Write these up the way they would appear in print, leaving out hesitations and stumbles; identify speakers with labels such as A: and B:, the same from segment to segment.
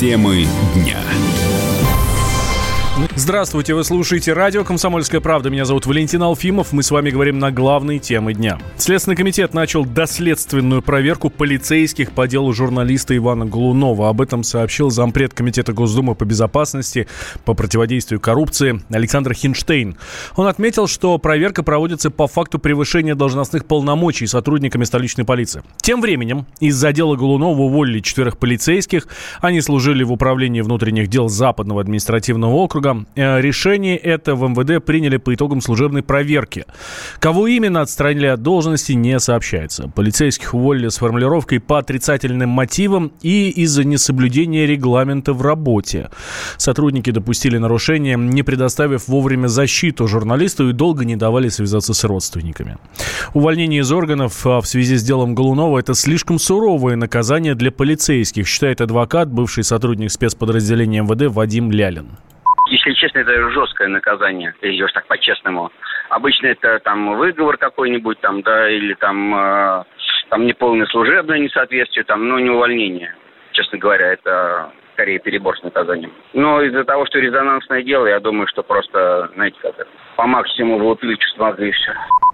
A: Темы дня.
B: Здравствуйте, вы слушаете радио «Комсомольская правда». Меня зовут Валентин Алфимов. Мы с вами говорим на главные темы дня. Следственный комитет начал доследственную проверку полицейских по делу журналиста Ивана Голунова. Об этом сообщил зампред Комитета Госдумы по безопасности, по противодействию коррупции Александр Хинштейн. Он отметил, что проверка проводится по факту превышения должностных полномочий сотрудниками столичной полиции. Тем временем из-за дела Голунова уволили 4 полицейских. Они служили в управлении внутренних дел Западного административного округа. Решение это в МВД приняли по итогам служебной проверки. Кого именно отстранили от должности, не сообщается. Полицейских уволили с формулировкой «по отрицательным мотивам» и из-за несоблюдения регламента в работе. Сотрудники допустили нарушение, не предоставив вовремя защиту журналисту и долго не давали связаться с родственниками. Увольнение из органов в связи с делом Голунова – это слишком суровое наказание для полицейских, считает адвокат, бывший сотрудник спецподразделения МВД Вадим Лялин.
C: Если честно, это жесткое наказание, если идешь так по-честному. Обычно это там выговор какой-нибудь, там, да, или там неполное служебное несоответствие, там, но не увольнение. Честно говоря, это скорее перебор с наказанием. Но из-за того, что резонансное дело, я думаю, что просто, знаете, как это, по максимуму влупили, что смогли, и все.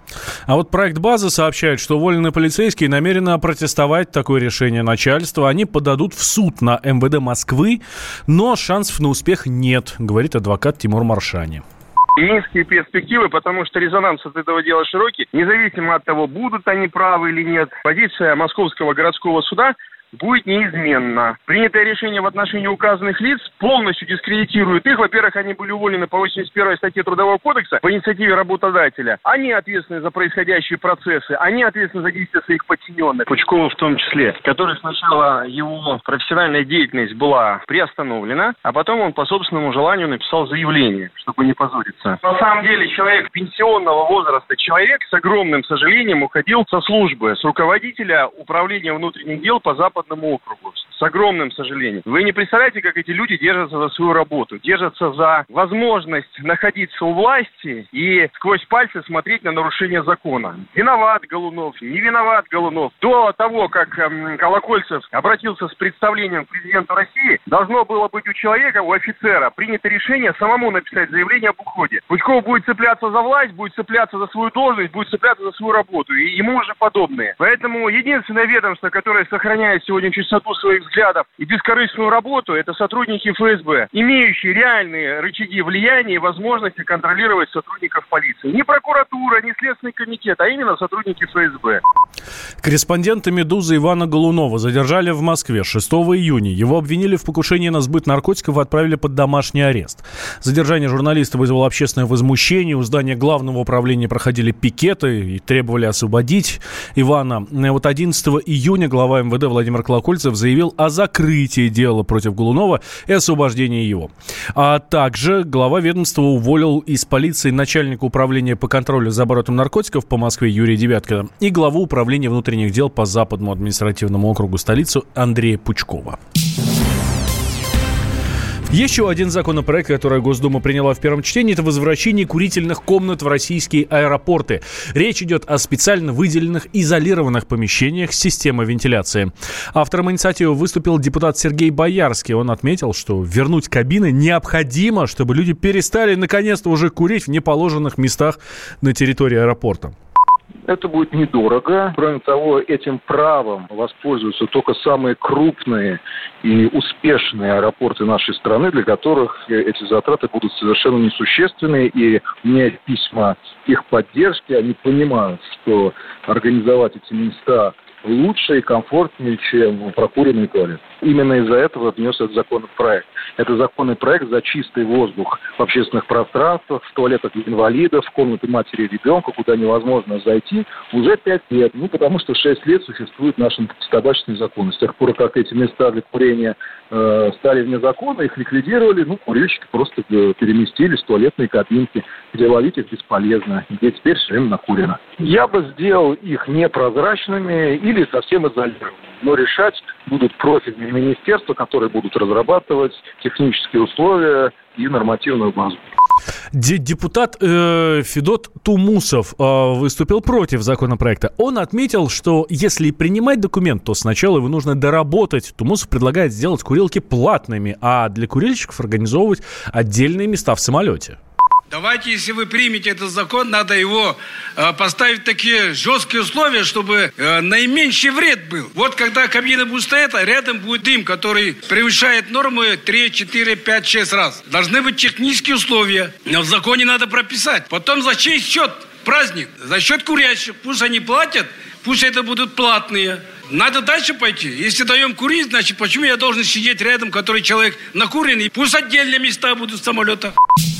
B: А вот проект «База» сообщает, что уволенные полицейские намерены опротестовать такое решение начальства. Они подадут в суд на МВД Москвы, но шансов на успех нет, говорит адвокат Тимур Маршани.
D: Низкие перспективы, потому что резонанс от этого дела широкий. Независимо от того, будут они правы или нет, позиция Московского городского суда будет неизменна. Принятое решение в отношении указанных лиц полностью дискредитирует их. Во-первых, они были уволены по 81 статье Трудового кодекса по инициативе работодателя. Они ответственны за происходящие процессы, они ответственны за действия своих подчиненных. Пучкова в том числе, который сначала его профессиональная деятельность была приостановлена, а потом он по собственному желанию написал заявление, чтобы не позориться. На самом деле человек пенсионного возраста, человек с огромным сожалением уходил со службы, с руководителя управления внутренних дел по Западному округу. С огромным сожалением. Вы не представляете, как эти люди держатся за свою работу, держатся за возможность находиться у власти и сквозь пальцы смотреть на нарушение закона. Виноват Голунов, не виноват Голунов. До того, как Колокольцев обратился с представлением к президенту России, должно было быть у человека, у офицера, принято решение самому написать заявление об уходе. Пучков будет цепляться за власть, будет цепляться за свою должность, будет цепляться за свою работу. И ему уже подобные. Поэтому единственное ведомство, которое сохраняет сегодня чистоту своих взглядов и бескорыстную работу, это сотрудники ФСБ, имеющие реальные рычаги влияния и возможности контролировать сотрудников полиции. Не прокуратура, не Следственный комитет, а именно сотрудники ФСБ.
B: Корреспондента «Медузы» Ивана Голунова задержали в Москве 6 июня. Его обвинили в покушении на сбыт наркотиков и отправили под домашний арест. Задержание журналиста вызвало общественное возмущение. У здания Главного управления проходили пикеты и требовали освободить Ивана. Вот 11 июня глава МВД Владимир Колокольцев заявил о закрытии дела против Голунова и освобождении его. А также глава ведомства уволил из полиции начальника управления по контролю за оборотом наркотиков по Москве Юрия Девяткина и главу управления внутренних дел по Западному административному округу столицы Андрея Пучкова. Еще один законопроект, который Госдума приняла в первом чтении, это возвращение курительных комнат в российские аэропорты. Речь идет о специально выделенных изолированных помещениях с системой вентиляции. Автором инициативы выступил депутат Сергей Боярский. Он отметил, что вернуть кабины необходимо, чтобы люди перестали наконец-то уже курить в неположенных местах на территории аэропорта.
E: Это будет недорого. Кроме того, этим правом воспользуются только самые крупные и успешные аэропорты нашей страны, для которых эти затраты будут совершенно несущественные. И у меня письма их поддержки. Они понимают, что организовать эти места лучше и комфортнее, чем прокуренный туалет. Именно из-за этого внес этот законопроект. Это законный проект за чистый воздух в общественных пространствах, в туалетах для инвалидов, в комнаты матери и ребенка, куда невозможно зайти, уже 5 лет. Потому что 6 лет существует наш антитабачный закон. С тех пор, как эти места для курения стали вне закона, их ликвидировали, курильщики просто переместились в туалетные кабинки, где ловить их бесполезно, где теперь все время накурено. Я бы сделал их непрозрачными или совсем изолированными. Но решать будут профильные министерства, которые будут разрабатывать технические условия и нормативную базу.
B: Депутат Федот Тумусов выступил против законопроекта. Он отметил, что если принимать документ, то сначала его нужно доработать. Тумусов предлагает сделать курилки платными, а для курильщиков организовывать отдельные места в самолете.
A: Давайте, если вы примете этот закон, надо его поставить такие жесткие условия, чтобы наименьший вред был. Вот когда кабина будет стоять, а рядом будет дым, который превышает нормы 3, 4, 5, 6 раз. Должны быть технические условия. Но в законе надо прописать. Потом за чей счет праздник? За счет курящих. Пусть они платят, пусть это будут платные. Надо дальше пойти. Если даем курить, значит, почему я должен сидеть рядом, который человек накуренный? Пусть отдельные места будут в самолетах.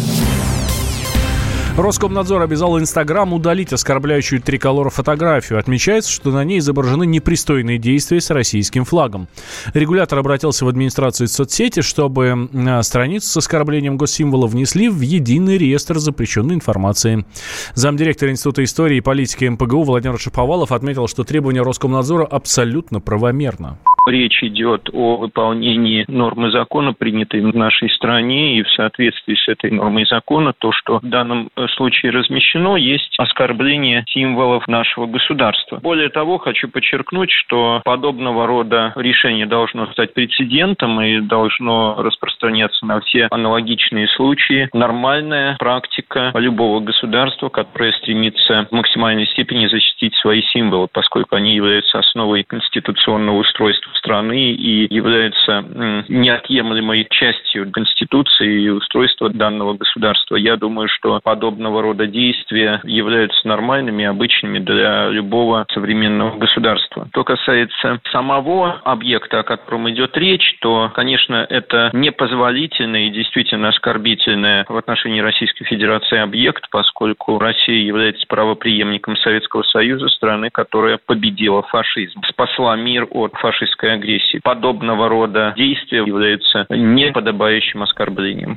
B: Роскомнадзор обязал Инстаграм удалить оскорбляющую триколор фотографию. Отмечается, что на ней изображены непристойные действия с российским флагом. Регулятор обратился в администрацию соцсети, чтобы страницу с оскорблением госсимвола внесли в единый реестр запрещенной информации. Замдиректора Института истории и политики МПГУ Владимир Шаповалов отметил, что требования Роскомнадзора абсолютно правомерно.
F: Речь идет о выполнении нормы закона, принятой в нашей стране, и в соответствии с этой нормой закона то, что в данном случае размещено, есть оскорбление символов нашего государства. Более того, хочу подчеркнуть, что подобного рода решение должно стать прецедентом и должно распространяться на все аналогичные случаи. Нормальная практика любого государства, которое стремится в максимальной степени защитить свои символы, поскольку они являются основой конституционного устройства страны и являются неотъемлемой частью Конституции и устройства данного государства. Я думаю, что подобного рода действия являются нормальными, обычными для любого современного государства. Что касается самого объекта, о котором идет речь, то, конечно, это непозволительный и действительно оскорбительный в отношении Российской Федерации объект, поскольку Россия является правопреемником Советского Союза, страны, которая победила фашизм, спасла мир от фашистской агрессии. Подобного рода действия являются неподобающим оскорблением.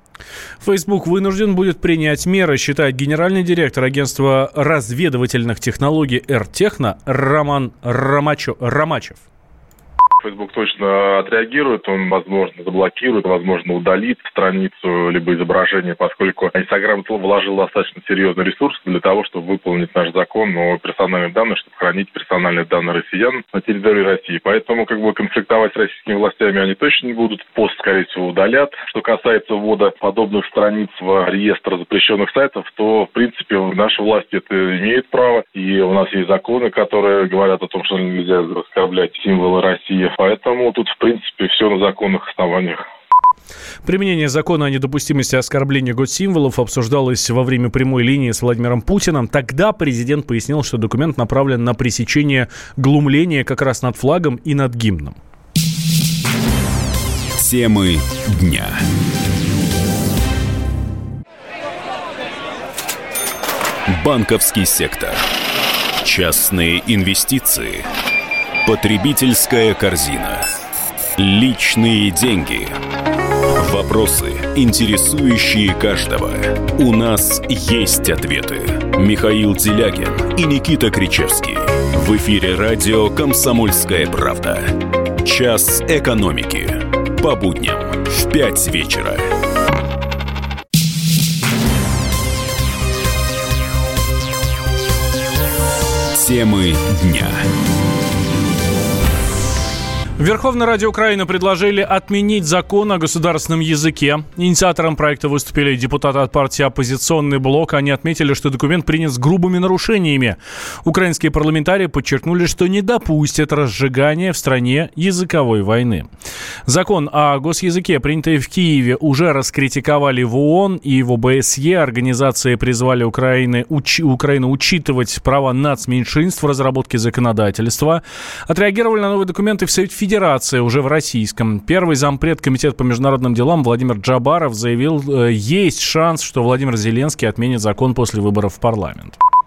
B: Facebook вынужден будет принять меры, считает генеральный директор агентства разведывательных технологий РТехно Роман Ромачев.
G: Facebook точно отреагирует, он, возможно, заблокирует, возможно, удалит страницу либо изображение, поскольку Instagram вложил достаточно серьезный ресурс для того, чтобы выполнить наш закон о персональных данных, чтобы хранить персональные данные россиян на территории России. Поэтому, конфликтовать с российскими властями они точно не будут. Пост, скорее всего, удалят. Что касается ввода подобных страниц в реестр запрещенных сайтов, то, в принципе, наши власти это имеют право. И у нас есть законы, которые говорят о том, что нельзя оскорблять символы России. Поэтому тут, в принципе, все на законных основаниях.
B: Применение закона о недопустимости оскорбления госсимволов обсуждалось во время прямой линии с Владимиром Путиным. Тогда президент пояснил, что документ направлен на пресечение глумления как раз над флагом и над гимном.
H: Темы дня. Банковский сектор. Частные инвестиции. Потребительская корзина. Личные деньги. Вопросы, интересующие каждого. У нас есть ответы. Михаил Делягин и Никита Кричевский. В эфире радио «Комсомольская правда». Час экономики. По будням в 5 вечера. Темы дня.
B: В Верховной Раде Украины предложили отменить закон о государственном языке. Инициатором проекта выступили депутаты от партии «Оппозиционный блок». Они отметили, что документ принят с грубыми нарушениями. Украинские парламентарии подчеркнули, что не допустят разжигания в стране языковой войны. Закон о госязыке, принятый в Киеве, уже раскритиковали в ООН и в ОБСЕ. Организации призвали Украину учитывать права нацменьшинств в разработке законодательства. Отреагировали на новые документы в Совете Федерации, уже в российском. Первый зампред Комитета по международным делам Владимир Джабаров заявил, есть шанс, что Владимир Зеленский отменит закон после выборов в парламент.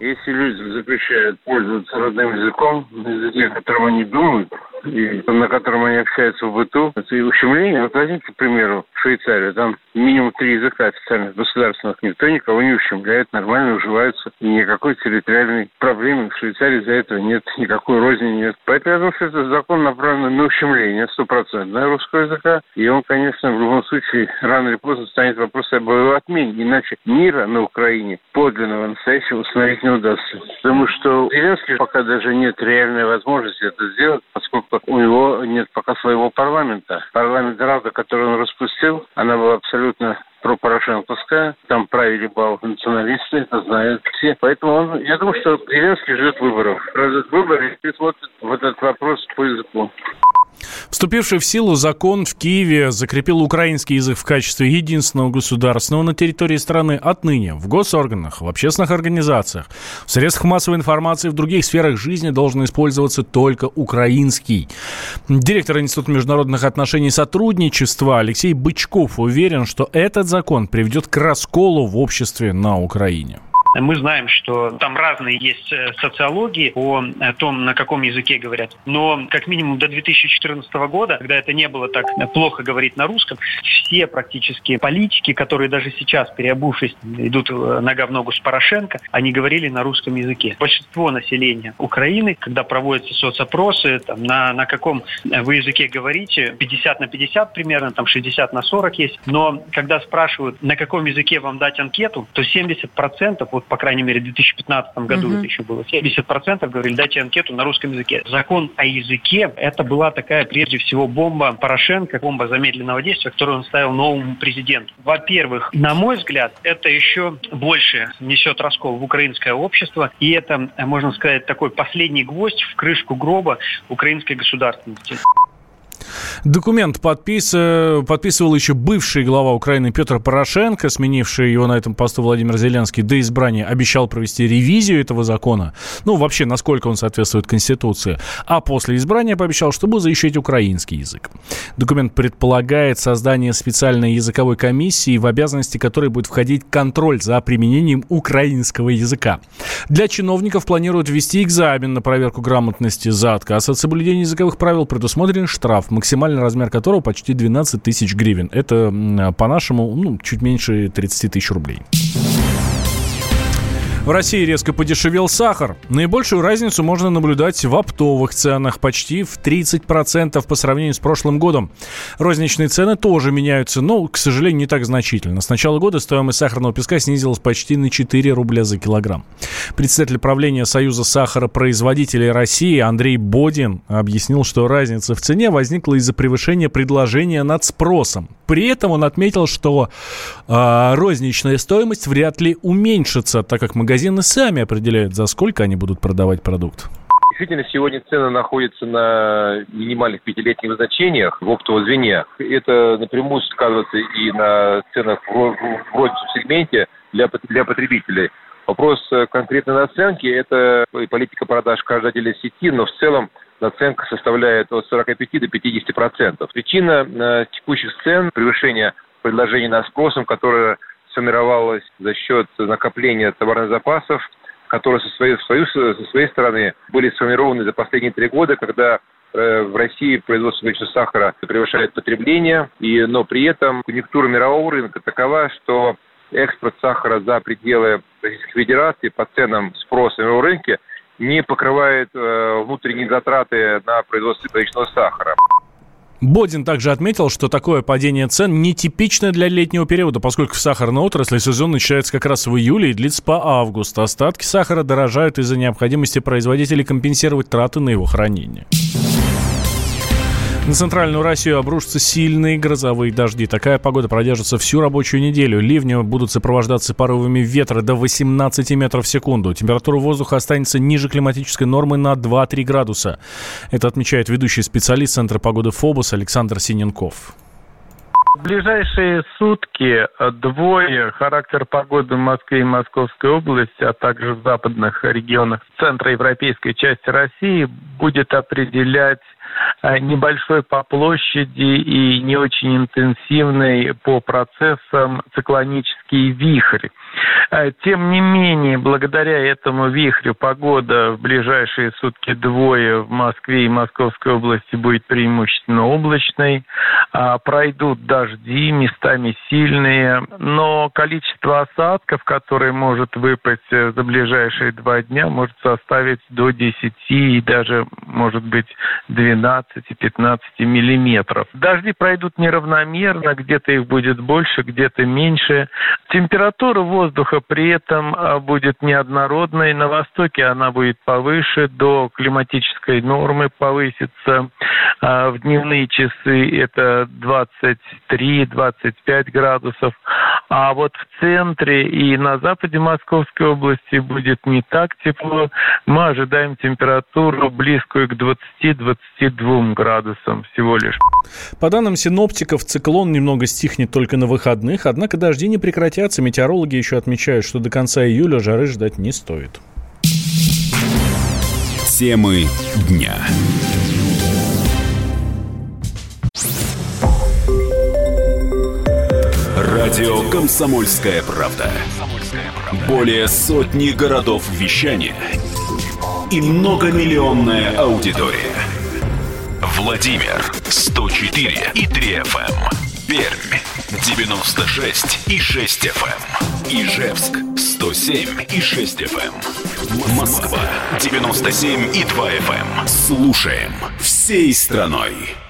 I: Если людям запрещают пользоваться родным языком, языке, которым они думают, и на котором они общаются в быту, это и ущемление. Вот возьмите, к примеру, Швейцарию. Там минимум 3 языка официальных государственных. Никто никого не ущемляет, нормально уживаются. И никакой территориальной проблемы в Швейцарии из-за этого нет, никакой розни нет. Поэтому я думаю, что этот закон направлен на ущемление 100% русского языка. И он, конечно, в любом случае, рано или поздно станет вопросом об его отмене. Иначе мира на Украине подлинного, настоящего установить не удастся. Потому что у Зеленского пока даже нет реальной возможности это сделать, поскольку у него нет пока своего парламента. Парламент Рада, который он распустил, она была абсолютно пропорошенковская. Там правили бал националисты, это знают все. Поэтому я думаю, что Зеленский ждет выборов. Ждет выборы и смотрит вот этот вопрос по языку.
B: Вступивший в силу закон в Киеве закрепил украинский язык в качестве единственного государственного на территории страны. Отныне в госорганах, в общественных организациях, в средствах массовой информации и в других сферах жизни должен использоваться только украинский. Директор Института международных отношений и сотрудничества Алексей Бычков уверен, что этот закон приведет к расколу в обществе на Украине.
F: Мы знаем, что там разные есть социологии о том, на каком языке говорят. Но как минимум до 2014 года, когда это не было так плохо говорить на русском, все практически политики, которые даже сейчас, переобувшись, идут нога в ногу с Порошенко, они говорили на русском языке. Большинство населения Украины, когда проводятся соцопросы, там, на каком вы языке говорите, 50/50 примерно, там 60/40 есть. Но когда спрашивают, на каком языке вам дать анкету, то 70%, вот по крайней мере в 2015 году это еще было, 70% говорили, дайте анкету на русском языке. Закон о языке, это была такая, прежде всего, бомба Порошенко, бомба замедленного действия, которую он ставил новому президенту. Во-первых, на мой взгляд, это еще больше несет раскол в украинское общество, и это, можно сказать, такой последний гвоздь в крышку гроба украинской государственности.
B: Документ подписывал еще бывший глава Украины Петр Порошенко, сменивший его на этом посту Владимир Зеленский до избрания, обещал провести ревизию этого закона, вообще, насколько он соответствует Конституции, а после избрания пообещал, что будет защищать украинский язык. Документ предполагает создание специальной языковой комиссии, в обязанности которой будет входить контроль за применением украинского языка. Для чиновников планируют ввести экзамен на проверку грамотности. За отказ от соблюдения языковых правил предусмотрен штраф, максимальный размер которого почти 12 тысяч гривен. Это, по-нашему, чуть меньше 30 тысяч рублей. В России резко подешевел сахар. Наибольшую разницу можно наблюдать в оптовых ценах, почти в 30% по сравнению с прошлым годом. Розничные цены тоже меняются, но, к сожалению, не так значительно. С начала года стоимость сахарного песка снизилась почти на 4 рубля за килограмм. Председатель правления Союза сахаропроизводителей России Андрей Бодин объяснил, что разница в цене возникла из-за превышения предложения над спросом. При этом он отметил, что розничная стоимость вряд ли уменьшится, так как магазины сами определяют, за сколько они будут продавать продукт.
J: Действительно, сегодня цены находятся на минимальных 5-летних значениях в оптовом звене. Это напрямую сказывается и на ценах в розничном сегменте для потребителей. Вопрос конкретной наценки – это политика продаж каждой отдельной сети, но в целом наценка составляет от 45 до 50%. Причина текущих цен – превышение предложения над спросом, которое сформировалось за счет накопления товарных запасов, которые со своей стороны были сформированы за последние 3 года, когда в России производство обычного сахара превышает потребление, но при этом конъюнктура мирового рынка такова, что экспорт сахара за пределы Российской Федерации по ценам спроса на мировом рынке не покрывает внутренние затраты на производство обычного сахара.
B: Бодин также отметил, что такое падение цен нетипично для летнего периода, поскольку в сахарной отрасли сезон начинается как раз в июле и длится по август. Остатки сахара дорожают из-за необходимости производителей компенсировать траты на его хранение. На центральную Россию обрушатся сильные грозовые дожди. Такая погода продержится всю рабочую неделю. Ливни будут сопровождаться порывами ветра до 18 метров в секунду. Температура воздуха останется ниже климатической нормы на 2-3 градуса. Это отмечает ведущий специалист Центра погоды ФОБОС Александр Синенков.
K: В ближайшие сутки двое характер погоды в Москве и Московской области, а также в западных регионах центроевропейской части России будет определять небольшой по площади и не очень интенсивный по процессам циклонический вихрь. Тем не менее, благодаря этому вихрю погода в ближайшие сутки-двое в Москве и Московской области будет преимущественно облачной. Пройдут дожди, местами сильные, но количество осадков, которое может выпасть за ближайшие 2 дня, может составить до 10 и даже, может быть, 12-15 миллиметров. Дожди пройдут неравномерно, где-то их будет больше, где-то меньше. Температура воздуха при этом будет неоднородной. На востоке она будет повыше, до климатической нормы повысится. В дневные часы это 23-25 градусов. А вот в центре и на западе Московской области будет не так тепло. Мы ожидаем температуру близкую к 20-22 градусам всего лишь.
B: По данным синоптиков, циклон немного стихнет только на выходных, однако дожди не прекратятся. Метеорологи еще отмечают, что до конца июля жары ждать не стоит.
H: Темы дня. Радио «Комсомольская правда». Более сотни городов вещания и многомиллионная аудитория. Владимир 104 и 3 FM. Пермь 96 и 6 FM. Ижевск 107 и 6 FM. Москва 97 и 2 FM. Слушаем всей страной.